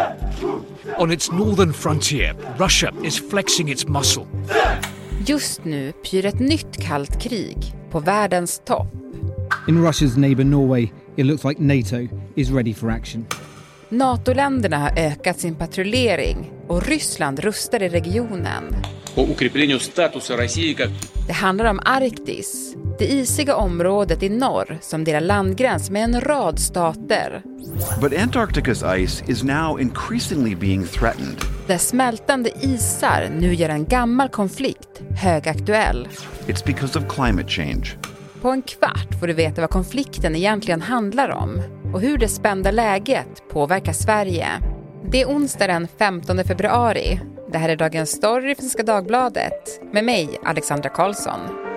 On its northern frontier, Russia is flexing its muscle. Just nu pyr ett nytt kallt krig på världens topp. In Russia's neighbor Norway, it looks like NATO is ready for action. NATO-länderna har ökat sin patrullering och Ryssland rustar i regionen. Det handlar om Arktis, det isiga området i norr som delar landgräns med en rad stater. But Antarctica's ice is now increasingly being threatened. Där smältande isar nu gör en gammal konflikt högaktuell. It's because of climate change. På en kvart får du veta vad konflikten egentligen handlar om och hur det spända läget påverkar Sverige. Det är onsdag den 15 februari. Det här är dagens story från Svenska Dagbladet med mig, Alexandra Karlsson.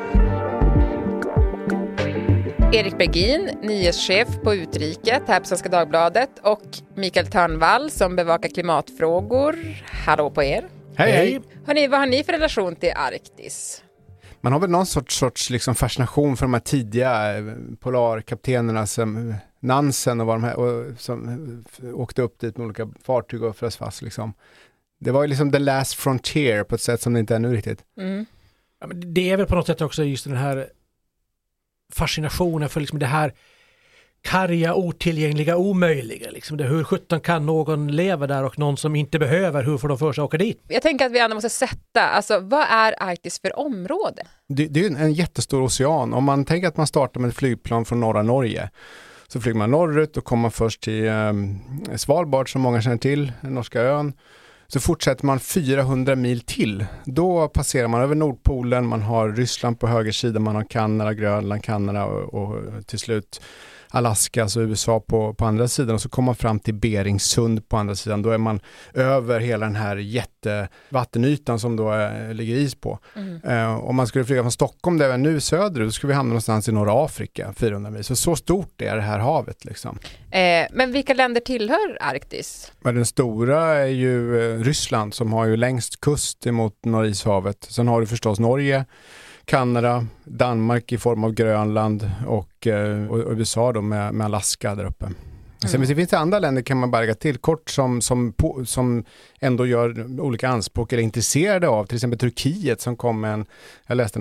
Erik Bergin, nyhetschef på Utriket här på Svenska Dagbladet, och Mikael Törnvall som bevakar klimatfrågor. Hallå på er. Hej, hej. Hörrni, vad har ni för relation till Arktis? Man har väl någon sorts liksom fascination för de här tidiga polarkaptenerna som Nansen och, som åkte upp dit med olika fartyg och frös fast. Liksom. Det var ju liksom the last frontier på ett sätt som det inte är nu riktigt. Mm. Ja, men det är väl på något sätt också just den här fascinationen för liksom det här karga, otillgängliga, omöjliga. Liksom det, hur 17 kan någon leva där och någon som inte behöver, hur får de för sig att åka dit? Jag tänker att vi ändå måste sätta, alltså vad är Arktis för område? Det är ju en jättestor ocean. Om man tänker att man startar med ett flygplan från norra Norge, så flyger man norrut och kommer först till Svalbard som många känner till, den norska ön. Så fortsätter man 400 mil till. Då passerar man över Nordpolen, man har Ryssland på höger sida, man har Kanada, Grönland, Kanada och till slut Alaska, alltså USA på andra sidan, och så kommer man fram till Beringsund på andra sidan. Då är man över hela den här jättevattenytan som då ligger is på. Om man skulle flyga från Stockholm där vi är nu söderut, då skulle vi hamna någonstans i norra Afrika, 400 mil. Så stort är det här havet liksom. Men vilka länder tillhör Arktis? Men den stora är ju Ryssland som har ju längst kust emot Norrishavet. Sen har du förstås Norge, Kanada, Danmark i form av Grönland och USA då med Alaska där uppe. Sen det finns det andra länder kan man bara lägga till kort som ändå gör olika anspråk eller är intresserade av. Till exempel Turkiet som kom med jag läste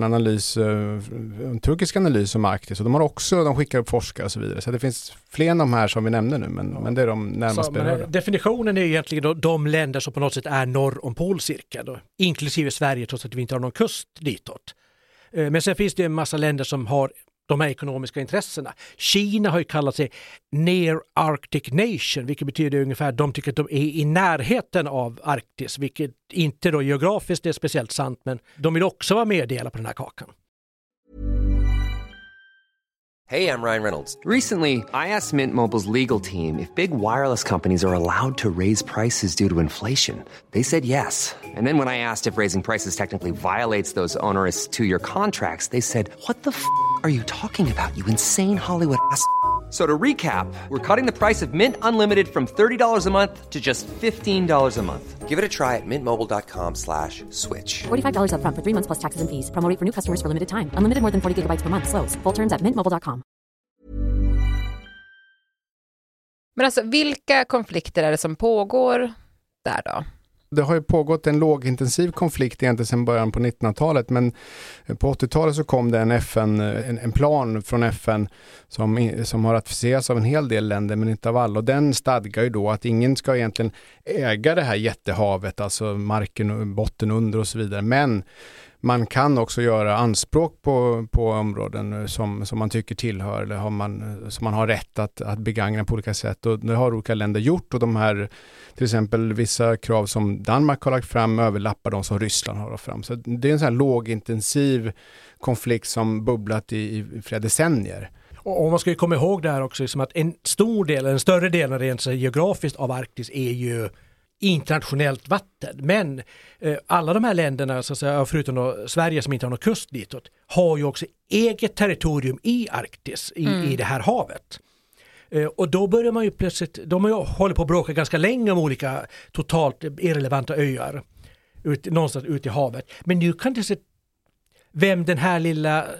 en turkisk analys om Arktis, och de skickar upp forskare och så vidare. Så det finns fler än de här som vi nämnde nu, men det är de närmast berörda. Definitionen är egentligen de länder som på något sätt är norr om polcirkeln, då, inklusive Sverige trots att vi inte har någon kust ditåt. Men sen finns det en massa länder som har de här ekonomiska intressena. Kina har ju kallat sig Near Arctic Nation, vilket betyder ungefär att de tycker att de är i närheten av Arktis, vilket inte då geografiskt är speciellt sant, men de vill också vara med och dela på den här kakan. Hey, I'm Ryan Reynolds. Recently, I asked Mint Mobile's legal team if big wireless companies are allowed to raise prices due to inflation. They said yes. And then when I asked if raising prices technically violates those onerous two-year contracts, they said, "What the f*** are you talking about, you insane Hollywood ass?" So to recap, we're cutting the price of Mint Unlimited from $30 a month to just $15 a month. Give it a try at mintmobile.com/switch. $45 up front for 3 months plus taxes and fees. Promo rate for new customers for limited time. Unlimited more than 40 gigabytes per month. Slows full terms at mintmobile.com. Men alltså, vilka konflikter är det som pågår där då? Det har ju pågått en lågintensiv konflikt egentligen sedan början på 1900-talet, men på 80-talet så kom det en plan från FN som har ratificerats av en hel del länder men inte av alla, och den stadgar ju då att ingen ska egentligen äga det här jättehavet, alltså marken och botten under och så vidare, men man kan också göra anspråk på områden som man tycker tillhör eller som man har rätt att begagna på olika sätt, och det har olika länder gjort, och de här till exempel vissa krav som Danmark har lagt fram överlappar de som Ryssland har lagt fram. Så det är en sån här lågintensiv konflikt som bubblat i flera decennier. Och man ska ju komma ihåg där också liksom att en större del rent geografiskt av Arktis är ju internationellt vatten, men alla de här länderna så att säga, förutom då Sverige som inte har någon kust ditåt, har ju också eget territorium i Arktis i det här havet. Och då börjar man ju plötsligt, de har ju hållit på att bråka ganska länge om olika totalt irrelevanta öar någonstans ute i havet, men nu kan det se vem den här lilla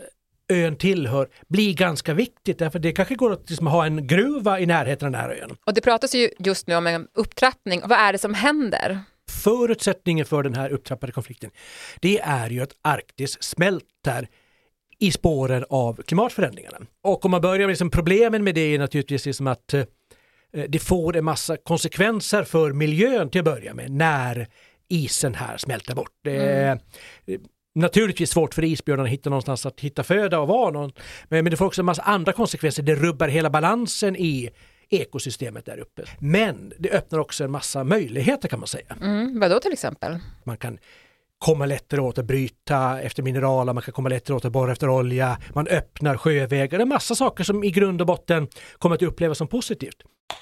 ön tillhör blir ganska viktigt, därför det kanske går att liksom ha en gruva i närheten av den här ön. Och det pratas ju just nu om en upptrappning. Vad är det som händer? Förutsättningen för den här upptrappade konflikten, det är ju att Arktis smälter i spåren av klimatförändringarna. Och om man börjar med liksom, problemen med det är naturligtvis liksom att det får en massa konsekvenser för miljön till att börja med när isen här smälter bort. Det är naturligtvis svårt för isbjörnarna att hitta någonstans att hitta föda och vara någon. Men det får också en massa andra konsekvenser. Det rubbar hela balansen i ekosystemet där uppe. Men det öppnar också en massa möjligheter kan man säga. Vad då till exempel? Man kan komma lättare åt att bryta efter mineraler, man kan komma lättare åt att borra efter olja, man öppnar sjövägar. Det är en massa saker som i grund och botten kommer att upplevas som positivt.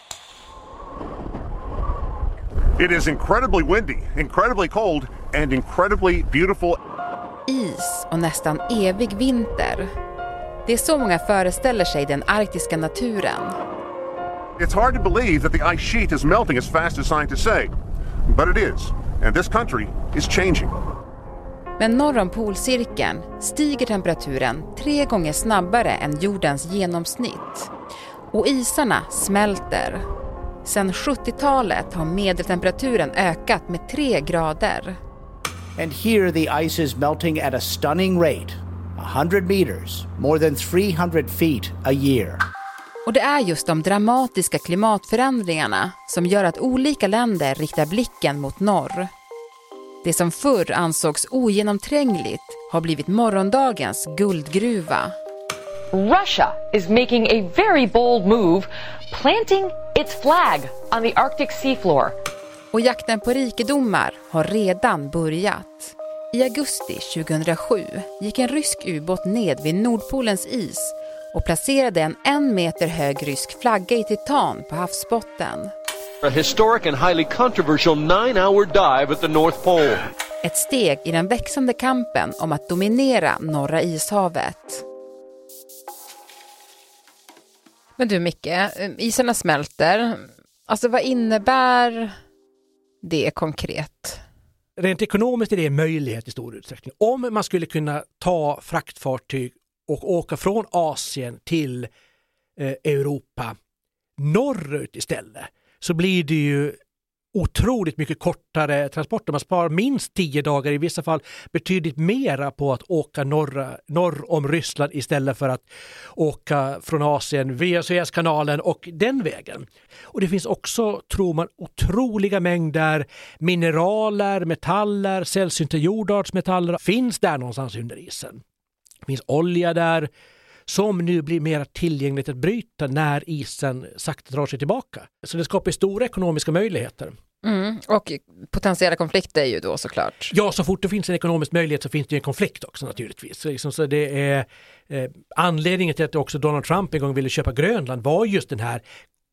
It is incredibly windy, incredibly cold and incredibly beautiful. Is och nästan evig vinter. Det är så många föreställer sig den arktiska naturen. It's hard to believe that the ice sheet is melting as fast as scientists say, but it is, and this country is changing. Men norr om polcirkeln stiger temperaturen 3 gånger snabbare än jordens genomsnitt. Och isarna smälter. Sedan 70-talet har medeltemperaturen ökat med 3 grader. And here the ice is melting at a stunning rate, 100 meters, more than 300 feet a year. Och det är just de dramatiska klimatförändringarna som gör att olika länder riktar blicken mot norr. Det som förr ansågs ogenomträngligt har blivit morgondagens guldgruva. Russia is making a very bold move, planting its flag on the Arctic seafloor. Och jakten på rikedomar har redan börjat. I augusti 2007 gick en rysk ubåt ned vid Nordpolens is och placerade en 1 meter hög rysk flagga i titan på havsbotten. A historic and highly controversial 9-hour dive at the North Pole. Ett steg i den växande kampen om att dominera norra ishavet. Men du Micke, isarna smälter. Alltså vad innebär det konkret? Rent ekonomiskt är det en möjlighet i stor utsträckning. Om man skulle kunna ta fraktfartyg och åka från Asien till Europa norrut istället, så blir det ju otroligt mycket kortare transporter. Man sparar minst 10 dagar, i vissa fall betydligt mera på att åka norr om Ryssland istället för att åka från Asien via Suezkanalen och den vägen. Och det finns också, tror man, otroliga mängder mineraler, metaller, sällsynta jordartsmetaller finns där någonstans under isen. Det finns olja där som nu blir mer tillgängligt att bryta när isen sakta drar sig tillbaka. Så det skapar stora ekonomiska möjligheter. Och potentiella konflikter är ju då såklart. Ja, så fort det finns en ekonomisk möjlighet så finns det en konflikt också naturligtvis. Så det är anledningen till att också Donald Trump en gång ville köpa Grönland var just den här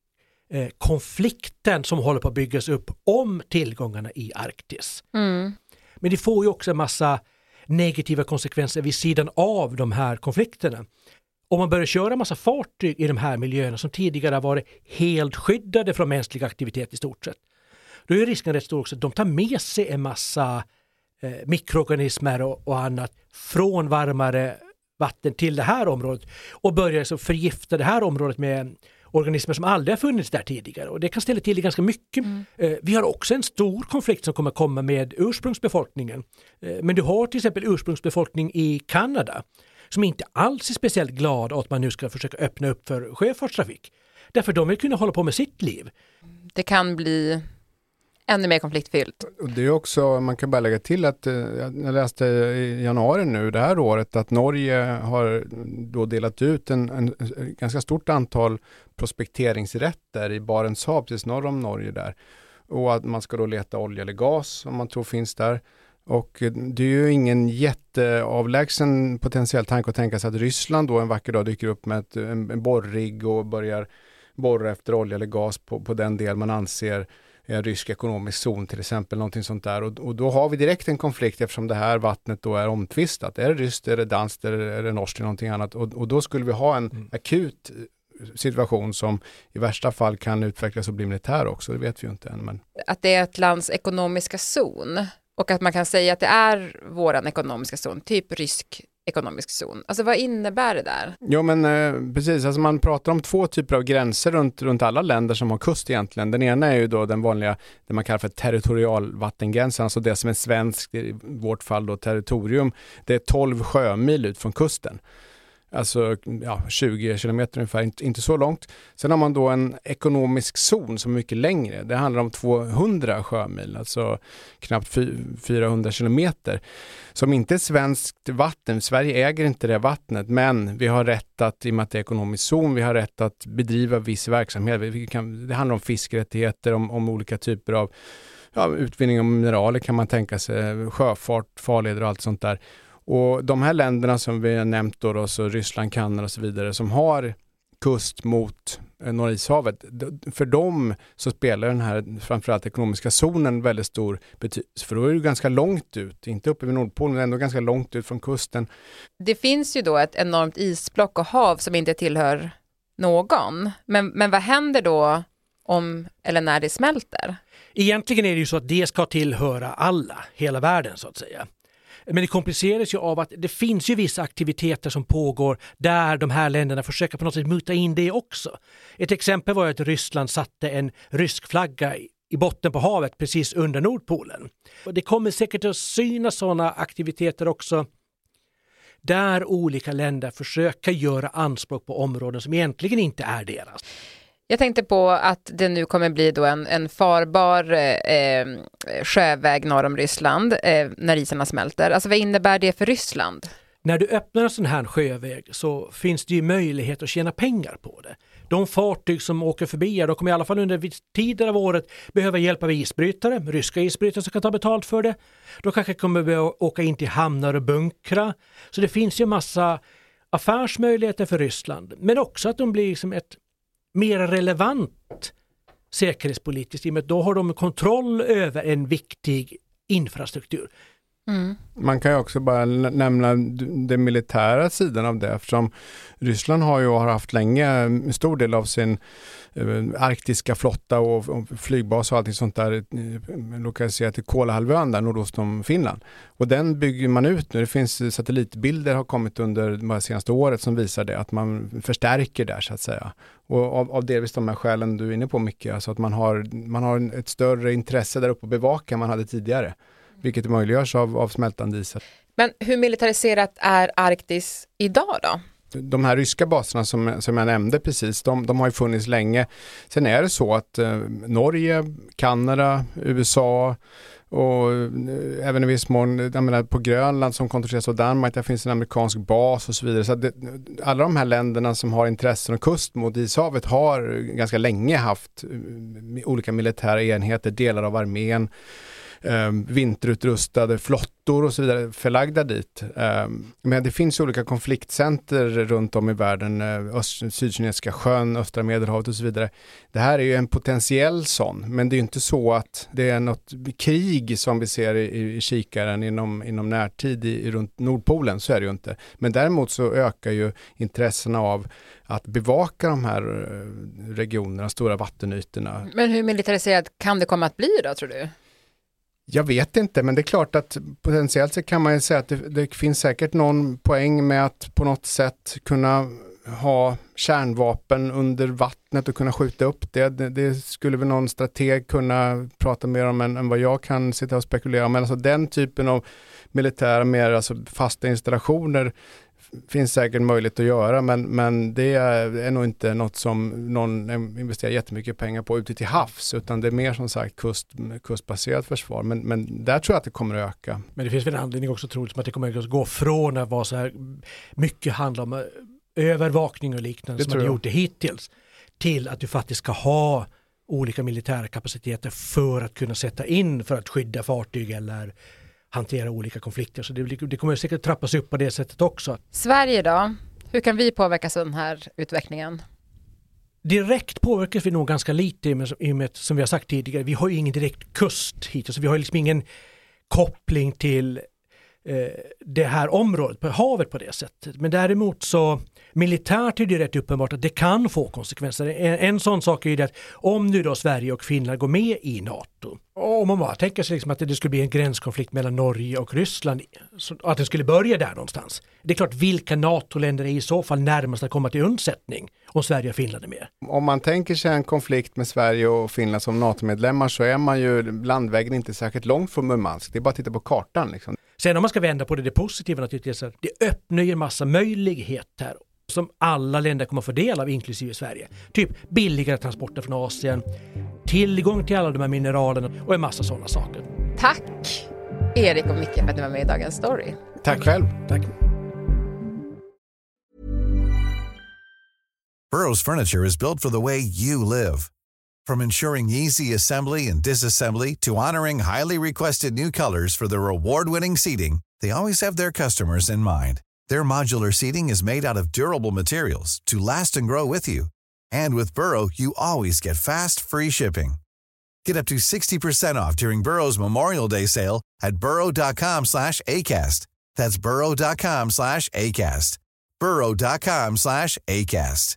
konflikten som håller på att byggas upp om tillgångarna i Arktis. Men det får ju också en massa negativa konsekvenser vid sidan av de här konflikterna. Om man börjar köra massa fartyg i de här miljöerna som tidigare har varit helt skyddade från mänsklig aktivitet i stort sett, då är risken rätt stor också att de tar med sig en massa mikroorganismer och annat från varmare vatten till det här området och börjar så förgifta det här området med organismer som aldrig har funnits där tidigare, och det kan ställa till det ganska mycket. Vi har också en stor konflikt som kommer komma med ursprungsbefolkningen. Men du har till exempel ursprungsbefolkning i Kanada som inte alls är speciellt glad att man nu ska försöka öppna upp för sjöfartstrafik. Därför de vill kunna hålla på med sitt liv. Det kan bli ännu mer konfliktfyllt. Och det är också, man kan bara lägga till att jag läste i januari nu det här året att Norge har då delat ut en ganska stort antal prospekteringsrätter i Barents hav precis norr om Norge där. Och att man ska då leta olja eller gas som man tror finns där. Och det är ju ingen jätteavlägsen potentiell tanke att tänka sig att Ryssland då en vacker dag dyker upp med en borrigg och börjar borra efter olja eller gas på den del man anser en rysk ekonomisk zon till exempel, någonting sånt där. Och då har vi direkt en konflikt eftersom det här vattnet då är omtvistat. Är det ryskt, är det danskt, är det norskt eller någonting annat? Och då skulle vi ha en akut situation som i värsta fall kan utvecklas och bli militär också, det vet vi ju inte än. Men... Att det är ett lands ekonomiska zon och att man kan säga att det är våran ekonomiska zon, typ rysk ekonomisk zon. Alltså vad innebär det där? Jo men precis, alltså man pratar om 2 typer av gränser runt alla länder som har kust egentligen. Den ena är ju då den vanliga, det man kallar för territorialvattengränsen, alltså det som är svenskt, i vårt fall då territorium. Det är 12 sjömil ut från kusten. Alltså 20 kilometer ungefär, inte så långt. Sen har man då en ekonomisk zon som är mycket längre. Det handlar om 200 sjömil, alltså knappt 400 kilometer. Som inte är svenskt vatten. Sverige äger inte det vattnet, men vi har rätt att, i och med att det är ekonomisk zon, vi har rätt att bedriva viss verksamhet. Det handlar om fiskrättigheter, om olika typer av utvinning av mineraler kan man tänka sig, sjöfart, farleder och allt sånt där. Och de här länderna som vi har nämnt då, så Ryssland, Kanada och så vidare, som har kust mot Norra ishavet, för dem så spelar den här framförallt ekonomiska zonen väldigt stor betydelse. För då är det ganska långt ut, inte uppe vid Nordpolen men ändå ganska långt ut från kusten. Det finns ju då ett enormt isblock och hav som inte tillhör någon. Men vad händer då om eller när det smälter? Egentligen är det ju så att det ska tillhöra alla, hela världen så att säga. Men det kompliceras ju av att det finns ju vissa aktiviteter som pågår där de här länderna försöker på något sätt muta in det också. Ett exempel var att Ryssland satte en rysk flagga i botten på havet precis under Nordpolen. Och det kommer säkert att synas sådana aktiviteter också där olika länder försöker göra anspråk på områden som egentligen inte är deras. Jag tänkte på att det nu kommer bli då en farbar sjöväg norr om Ryssland när isarna smälter. Alltså vad innebär det för Ryssland? När du öppnar en sån här sjöväg så finns det ju möjlighet att tjäna pengar på det. De fartyg som åker förbi de kommer i alla fall under tider av året behöva hjälp av isbrytare, ryska isbrytare som kan ta betalt för det. De kanske kommer behöva åka in till hamnar och bunkra. Så det finns ju massa affärsmöjligheter för Ryssland. Men också att de blir som ett mer relevant säkerhetspolitiskt, i och med att då har de kontroll över en viktig infrastruktur. Mm. Man kan ju också bara nämna den militära sidan av det, eftersom Ryssland har haft länge en stor del av sin arktiska flotta och flygbas och allting sånt där lokaliserat till Kolahalvön där nordost om Finland. Och den bygger man ut nu. Det finns satellitbilder har kommit under det senaste året som visar det, att man förstärker där så att säga. Och av delvis de här skälen du är inne på mycket, alltså att man har ett större intresse där uppe att bevaka än man hade tidigare. Vilket möjliggörs av smältande isar. Men hur militariserat är Arktis idag då? De här ryska baserna som jag nämnde precis, de har ju funnits länge. Sen är det så att Norge, Kanada, USA och även i viss mån, jag menar, på Grönland som kontrolleras av Danmark, där finns en amerikansk bas och så vidare. Så alla de här länderna som har intressen och kust mot ishavet har ganska länge haft olika militära enheter, delar av armén, vinterutrustade flottor och så vidare förlagda dit. Men det finns olika konfliktcenter runt om i världen, Sydkinesiska sjön, östra Medelhavet och så vidare. Det här är ju en potentiell sån, men det är ju inte så att det är något krig som vi ser i kikaren inom närtid runt Nordpolen, så är det ju inte. Men däremot så ökar ju intressena av att bevaka de här regionerna, stora vattenytorna. Men hur militariserat kan det komma att bli då, tror du? Jag vet inte, men det är klart att potentiellt så kan man ju säga att det finns säkert någon poäng med att på något sätt kunna ha kärnvapen under vattnet och kunna skjuta upp det. Det skulle väl någon strateg kunna prata mer om än vad jag kan sitta och spekulera om. Men alltså den typen av militära, mer alltså fasta installationer finns säkert möjligt att göra, men det är nog inte något som någon investerar jättemycket pengar på ute till havs, utan det är mer som sagt kustbaserat försvar. Men där tror jag att det kommer att öka. Men det finns väl en anledning också troligt att det kommer att gå från att vara så här mycket handla om övervakning och liknande som man gjort det hittills, till att du faktiskt ska ha olika militära kapaciteter för att kunna sätta in för att skydda fartyg eller hantera olika konflikter. Så det kommer säkert trappas upp på det sättet också. Sverige då? Hur kan vi påverkas av den här utvecklingen? Direkt påverkas vi nog ganska lite i och med, som vi har sagt tidigare, vi har ju ingen direkt kust hit. Så vi har liksom ingen koppling till det här området på havet på det sättet. Men däremot så militärt är det rätt uppenbart att det kan få konsekvenser. En sån sak är ju det att om nu då Sverige och Finland går med i NATO, och om man bara tänker sig liksom att det skulle bli en gränskonflikt mellan Norge och Ryssland, att det skulle börja där någonstans. Det är klart, vilka NATO-länder är i så fall närmast att komma till undsättning om Sverige och Finland är med? Om man tänker sig en konflikt med Sverige och Finland som NATO-medlemmar så är man ju landvägen inte särskilt långt från Murmansk. Det är bara att titta på kartan liksom. Sen om man ska vända på det positiva naturligtvis, det öppnar ju en massa möjligheter som alla länder kommer att få del av, inklusive Sverige. Typ billigare transporter från Asien, tillgång till alla de här mineralerna och en massa sådana saker. Tack Erik och Micke för att ni var med i Dagens Story. Tack själv. Tack. Burrow's furniture is built for the way you live. From ensuring easy assembly and disassembly to honoring highly requested new colors for their award-winning seating, they always have their customers in mind. Their modular seating is made out of durable materials to last and grow with you. And with Burrow, you always get fast, free shipping. Get up to 60% off during Burrow's Memorial Day sale at burrow.com/ACAST. That's burrow.com/ACAST. burrow.com/ACAST.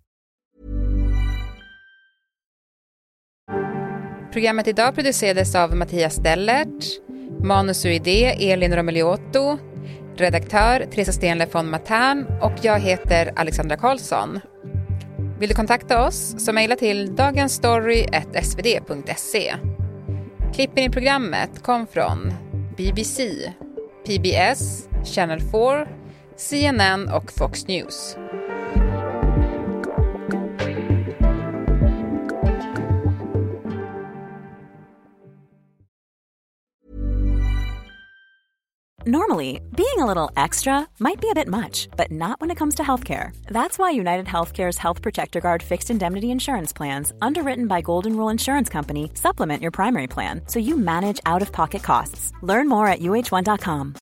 Programmet idag producerades av Mattias Stellert, manus och idé Elin Romeliotto, redaktör Teresa Stenle von Matern och jag heter Alexandra Karlsson. Vill du kontakta oss så mejla till dagensstory@svd.se. Klippen i programmet kom från BBC, PBS, Channel 4, CNN och Fox News. Normally, being a little extra might be a bit much, but not when it comes to healthcare. That's why United Healthcare's Health Protector Guard fixed indemnity insurance plans, underwritten by Golden Rule Insurance Company, supplement your primary plan so you manage out-of-pocket costs. Learn more at uh1.com.